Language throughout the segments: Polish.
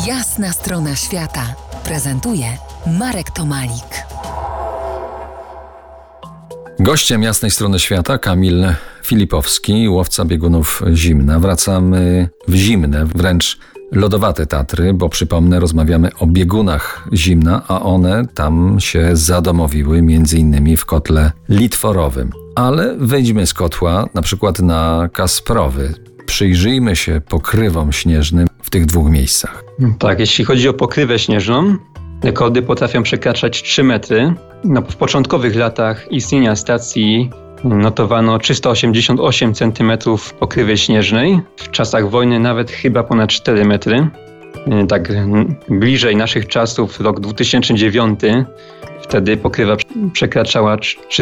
Jasna strona świata prezentuje Marek Tomalik. Gościem Jasnej Strony Świata Kamil Filipowski, łowca biegunów Zimna. Wracamy w zimne, wręcz lodowate Tatry, bo przypomnę, rozmawiamy o biegunach Zimna, a one tam się zadomowiły między innymi w kotle litworowym. Ale wejdźmy z kotła na przykład na Kasprowy. Przyjrzyjmy się pokrywom śnieżnym w tych dwóch miejscach. Tak, jeśli chodzi o pokrywę śnieżną, rekordy potrafią przekraczać 3 metry. W początkowych latach istnienia stacji notowano 388 cm pokrywy śnieżnej. W czasach wojny nawet chyba ponad 4 metry. Tak bliżej naszych czasów, rok 2009, wtedy pokrywa przekraczała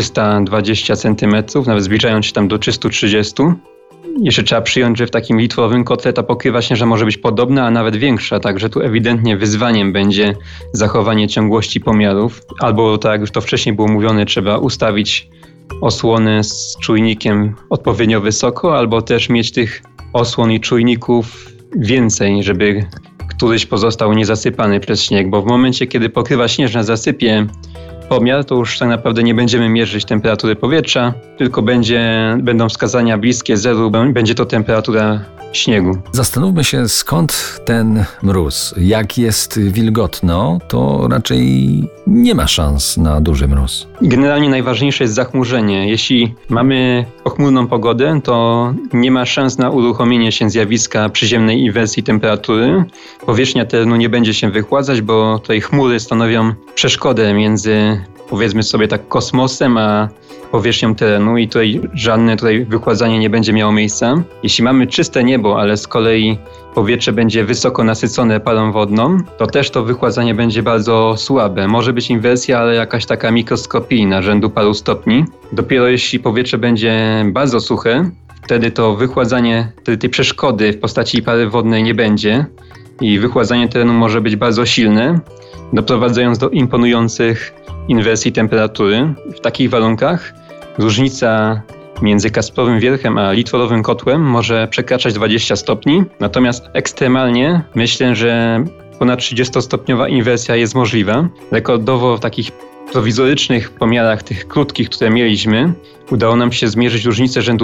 320 cm, nawet zbliżając się tam do 330. Jeszcze trzeba przyjąć, że w takim litworowym kotle ta pokrywa śnieżna może być podobna, a nawet większa, także tu ewidentnie wyzwaniem będzie zachowanie ciągłości pomiarów. Albo, tak jak już to wcześniej było mówione, trzeba ustawić osłonę z czujnikiem odpowiednio wysoko, albo też mieć tych osłon i czujników więcej, żeby któryś pozostał niezasypany przez śnieg, bo w momencie, kiedy pokrywa śnieżna zasypie pomiar, to już tak naprawdę nie będziemy mierzyć temperatury powietrza, tylko będą wskazania bliskie zeru, będzie to temperatura śniegu. Zastanówmy się, skąd ten mróz. Jak jest wilgotno, to raczej nie ma szans na duży mróz. Generalnie najważniejsze jest zachmurzenie. Jeśli mamy pochmurną pogodę, to nie ma szans na uruchomienie się zjawiska przyziemnej inwersji temperatury. Powierzchnia terenu nie będzie się wychładzać, bo tutaj chmury stanowią przeszkodę między, powiedzmy sobie tak, kosmosem a powierzchnią terenu i żadne wychładzanie nie będzie miało miejsca. Jeśli mamy czyste niebo, ale z kolei powietrze będzie wysoko nasycone parą wodną, to też to wychładzanie będzie bardzo słabe. Może być inwersja, ale jakaś taka mikroskopijna, rzędu paru stopni. Dopiero jeśli powietrze będzie bardzo suche, wtedy to wychładzanie, tej przeszkody w postaci pary wodnej nie będzie i wychładzanie terenu może być bardzo silne, doprowadzając do imponujących inwersji temperatury. W takich warunkach różnica między Kasprowym Wierchem a litworowym kotłem może przekraczać 20 stopni, natomiast ekstremalnie myślę, że ponad 30-stopniowa inwersja jest możliwa. Rekordowo w takich prowizorycznych pomiarach, tych krótkich, które mieliśmy, udało nam się zmierzyć różnicę rzędu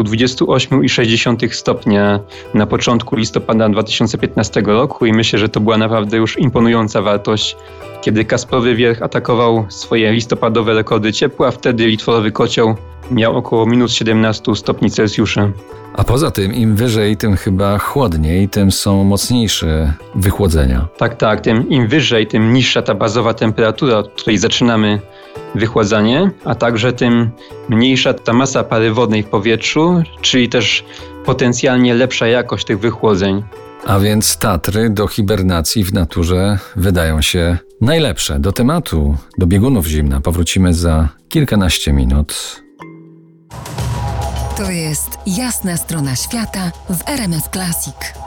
28,6 stopnia na początku listopada 2015 roku i myślę, że to była naprawdę już imponująca wartość, kiedy Kasprowy Wierch atakował swoje listopadowe rekordy ciepła, wtedy litworowy kocioł miał około minus 17 stopni Celsjusza. A poza tym im wyżej, tym chyba chłodniej, tym są mocniejsze wychłodzenia. Tak, tym im wyżej, tym niższa ta bazowa temperatura, od której zaczynamy wychładzanie, a także tym mniejsza ta masa pary wodnej w powietrzu, czyli też potencjalnie lepsza jakość tych wychłodzeń. A więc Tatry do hibernacji w naturze wydają się najlepsze. Do tematu, do biegunów Zimna powrócimy za kilkanaście minut. To jest Jasna Strona Świata w RMF Classic.